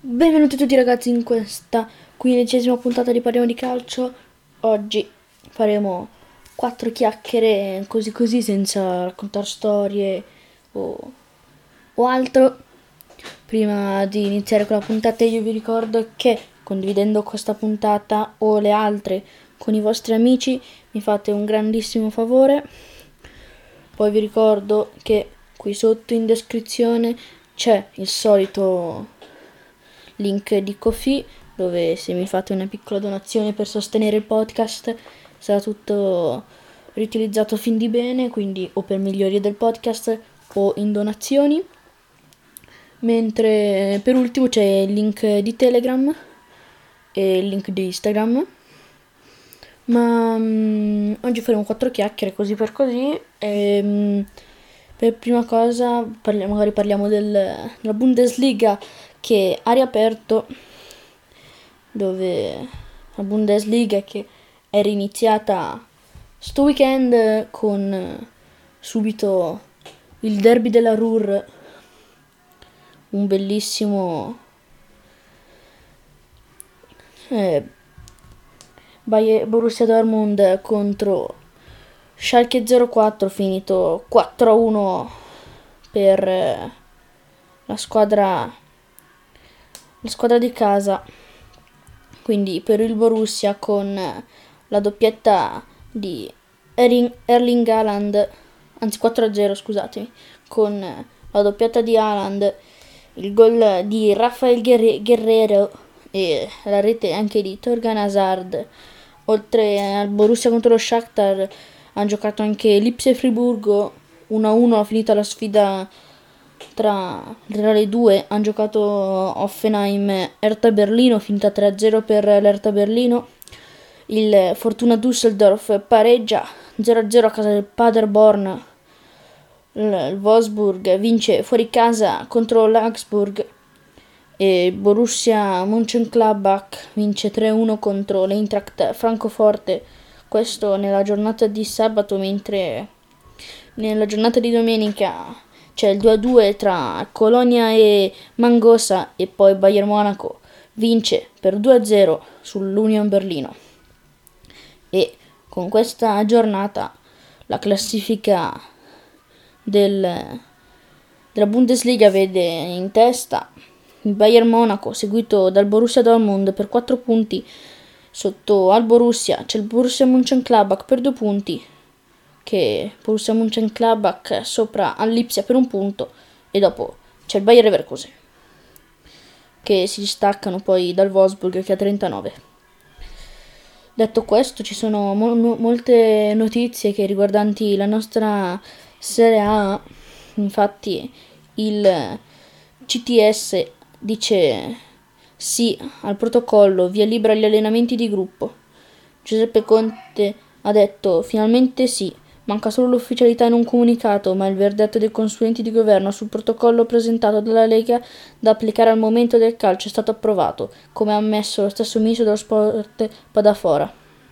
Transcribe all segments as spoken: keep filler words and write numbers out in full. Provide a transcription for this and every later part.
Benvenuti tutti ragazzi in questa quindicesima puntata di Parliamo di Calcio. Oggi faremo quattro chiacchiere così così senza raccontare storie o, o altro. Prima di iniziare con la puntata io vi ricordo che condividendo questa puntata o le altre con i vostri amici mi fate un grandissimo favore. Poi vi ricordo che qui sotto in descrizione c'è il solito link di Ko-fi, dove se mi fate una piccola donazione per sostenere il podcast sarà tutto riutilizzato fin di bene, quindi o per migliorie del podcast o in donazioni. Mentre per ultimo c'è il link di Telegram e il link di Instagram. Ma um, oggi faremo quattro chiacchiere così per così. E, um, per prima cosa parliamo, magari parliamo del, della Bundesliga che ha riaperto, dove la Bundesliga che è riniziata sto weekend con subito il derby della Ruhr, un bellissimo eh, Bayer- Borussia Dortmund contro Schalke zero quattro, finito quattro a uno per eh, la squadra la squadra di casa, quindi per il Borussia con la doppietta di Erling, Erling Haaland, anzi quattro a zero scusatemi, con la doppietta di Haaland, il gol di Rafael Guerrero e la rete anche di Torgan Hazard. Oltre al Borussia contro lo Shakhtar hanno giocato anche Lipsia e Friburgo, uno a uno, ha finita la sfida tra, tra le due. Hanno giocato Hoffenheim e Hertha Berlino, finita tre a zero per l'Hertha Berlino. Il Fortuna Düsseldorf pareggia zero a zero a casa del Paderborn. Il Wolfsburg vince fuori casa contro l'Augsburg e Borussia Mönchengladbach vince tre a uno contro l'Eintracht Francoforte. Questo nella giornata di sabato, mentre nella giornata di domenica c'è il due a due tra Colonia e Mangosa e poi Bayern Monaco vince per due a zero sull'Union Berlino. E con questa giornata la classifica del, della Bundesliga vede in testa il Bayern Monaco, seguito dal Borussia Dortmund per quattro punti. Sotto al Borussia c'è il Borussia Mönchengladbach per due punti, che Borussia Mönchengladbach sopra al Lipsia per un punto, e dopo c'è il Bayer Leverkusen che si distaccano poi dal Wolfsburg che ha trentanove. Detto questo, ci sono mo- mo- molte notizie che riguardanti la nostra Serie A. Infatti il C T S dice sì al protocollo, via libera agli allenamenti di gruppo. Giuseppe Conte ha detto finalmente sì, manca solo l'ufficialità in un comunicato, ma il verdetto dei consulenti di governo sul protocollo presentato dalla Lega da applicare al momento del calcio è stato approvato, come ha ammesso lo stesso ministro dello sport Padafora.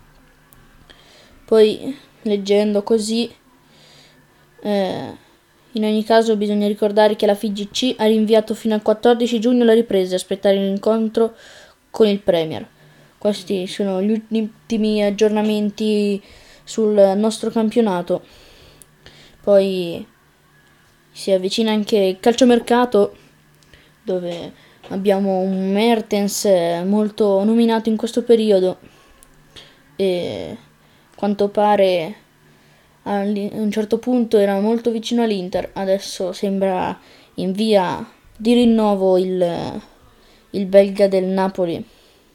Poi, leggendo così, eh, in ogni caso bisogna ricordare che la F I G C ha rinviato fino al quattordici giugno la ripresa e aspettare l'incontro con il Premier. Questi sono gli ultimi aggiornamenti sul nostro campionato. Poi si avvicina anche il calciomercato, dove abbiamo un Mertens molto nominato in questo periodo e a quanto pare a un certo punto era molto vicino all'Inter, adesso sembra in via di rinnovo il, il belga del Napoli.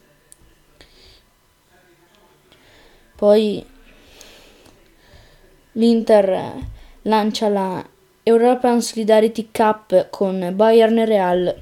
Poi l'Inter lancia la European Solidarity Cup con Bayern e Real.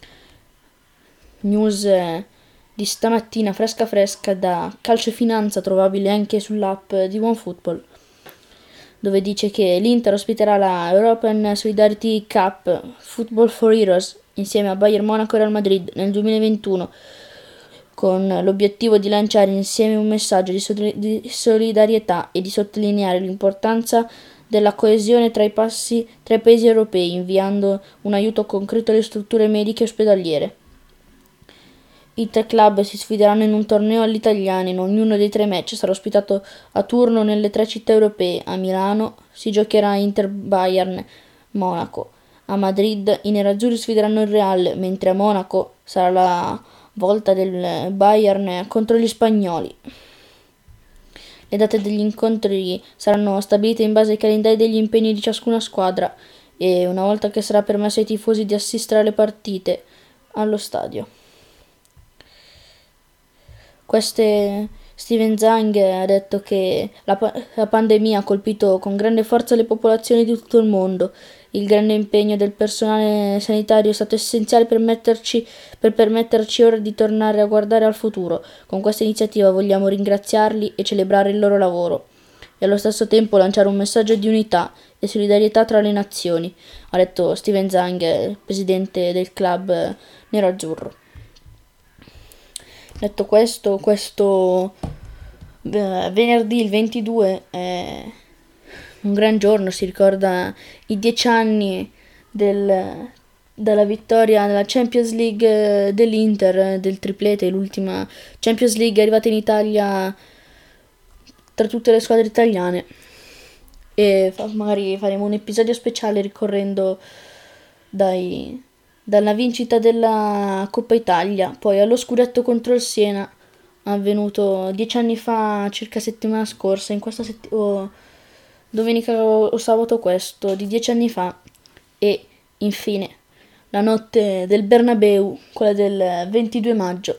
News di stamattina fresca fresca da Calcio e Finanza, trovabile anche sull'app di OneFootball, dove dice che l'Inter ospiterà la European Solidarity Cup Football for Heroes insieme a Bayern Monaco e Real Madrid nel duemilaventuno, con l'obiettivo di lanciare insieme un messaggio di solidarietà e di sottolineare l'importanza della coesione tra i, passi, tra i paesi europei, inviando un aiuto concreto alle strutture mediche e ospedaliere. I tre club si sfideranno in un torneo all'italiana. In ognuno dei tre match sarà ospitato a turno nelle tre città europee. A Milano si giocherà Inter-Bayern Monaco. A Madrid i nerazzurri sfideranno il Real, mentre a Monaco sarà la volta del Bayern contro gli spagnoli. Le date degli incontri saranno stabilite in base ai calendari degli impegni di ciascuna squadra e una volta che sarà permesso ai tifosi di assistere alle partite allo stadio. Queste Steven Zhang ha detto che la, la pandemia ha colpito con grande forza le popolazioni di tutto il mondo. Il grande impegno del personale sanitario è stato essenziale per, metterci, per permetterci ora di tornare a guardare al futuro. Con questa iniziativa vogliamo ringraziarli e celebrare il loro lavoro e allo stesso tempo lanciare un messaggio di unità e solidarietà tra le nazioni, ha detto Steven Zhang, presidente del club nerazzurro. Detto questo, questo eh, venerdì il ventidue è un gran giorno, si ricorda i dieci anni del, dalla vittoria nella Champions League dell'Inter, del triplete, l'ultima Champions League arrivata in Italia tra tutte le squadre italiane. E magari faremo un episodio speciale ricorrendo dai... dalla vincita della Coppa Italia, poi allo scudetto contro il Siena, avvenuto dieci anni fa, circa settimana scorsa, in questa sett- oh, domenica o, o sabato questo, di dieci anni fa, e infine la notte del Bernabeu, quella del ventidue maggio.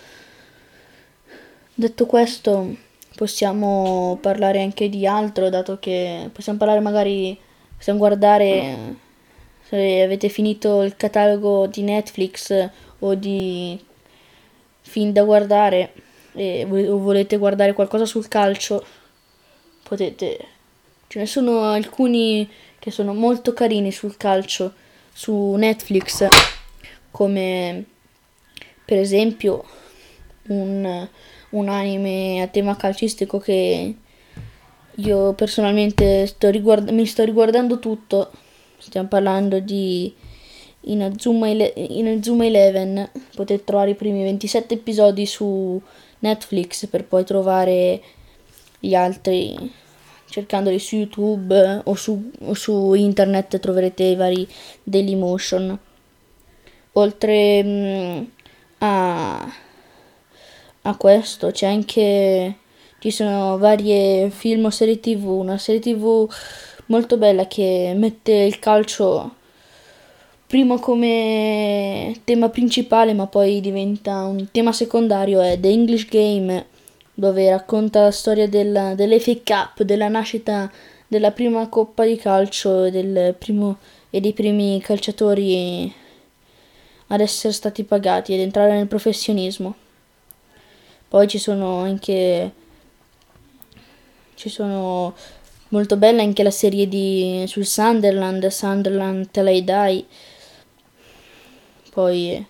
Detto questo, possiamo parlare anche di altro, dato che possiamo parlare magari, possiamo guardare... Se avete finito il catalogo di Netflix o di film da guardare e o volete guardare qualcosa sul calcio, potete. Ce ne sono alcuni che sono molto carini sul calcio su Netflix, come per esempio un, un anime a tema calcistico che io personalmente sto riguard- mi sto riguardando tutto. Stiamo parlando di Inazuma, Ele- Inazuma Eleven. Potete trovare i primi ventisette episodi su Netflix per poi trovare gli altri cercandoli su YouTube o su, o su internet troverete i vari Dailymotion. Oltre mh, a, a questo c'è anche ci sono varie film o serie tv, una serie tv molto bella che mette il calcio primo come tema principale ma poi diventa un tema secondario, è The English Game, dove racconta la storia della, dell'F A Cup, della nascita della prima coppa di calcio e, del primo, e dei primi calciatori ad essere stati pagati ed entrare nel professionismo. Poi ci sono anche ci sono molto bella anche la serie di sul Sunderland, Sunderland Till I Die. Poi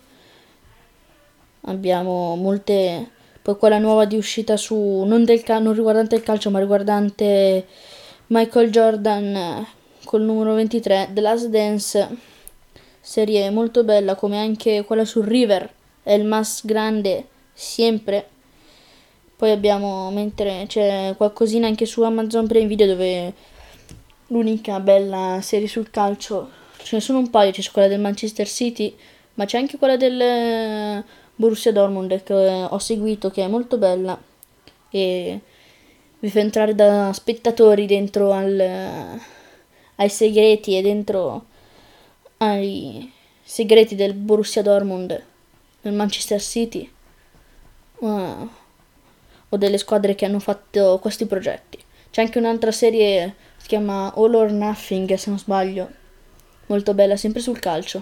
abbiamo molte poi quella nuova di uscita su non, del, non riguardante il calcio ma riguardante Michael Jordan col numero ventitré, The Last Dance, serie molto bella, come anche quella su River, El Más Grande Siempre. Poi abbiamo, mentre c'è qualcosina anche su Amazon Prime Video, dove l'unica bella serie sul calcio, ce ne sono un paio, c'è quella del Manchester City, ma c'è anche quella del Borussia Dortmund che ho seguito, che è molto bella e vi fa entrare da spettatori dentro al, ai segreti e dentro ai segreti del Borussia Dortmund, del Manchester City. Uh, o delle squadre che hanno fatto questi progetti. C'è anche un'altra serie, si chiama All or Nothing se non sbaglio, molto bella, sempre sul calcio.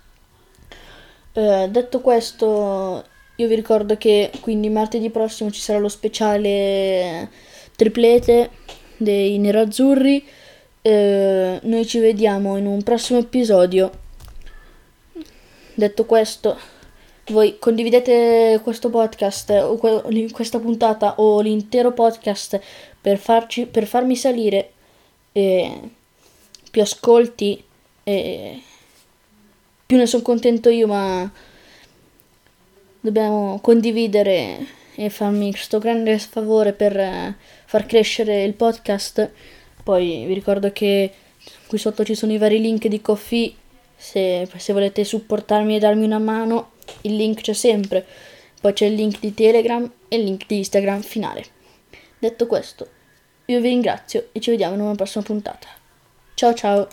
Eh, detto questo, io vi ricordo che quindi martedì prossimo ci sarà lo speciale triplete dei nerazzurri. Eh, noi ci vediamo in un prossimo episodio. Detto questo, voi condividete questo podcast o que- questa puntata o l'intero podcast per, farci, per farmi salire eh, più ascolti e più ne sono contento io, ma dobbiamo condividere e farmi questo grande favore per eh, far crescere il podcast. Poi vi ricordo che qui sotto ci sono i vari link di Ko-fi, se, se volete supportarmi e darmi una mano, il link c'è sempre. Poi c'è il link di Telegram e il link di Instagram finale. Detto questo, io vi ringrazio e ci vediamo in una prossima puntata. Ciao ciao!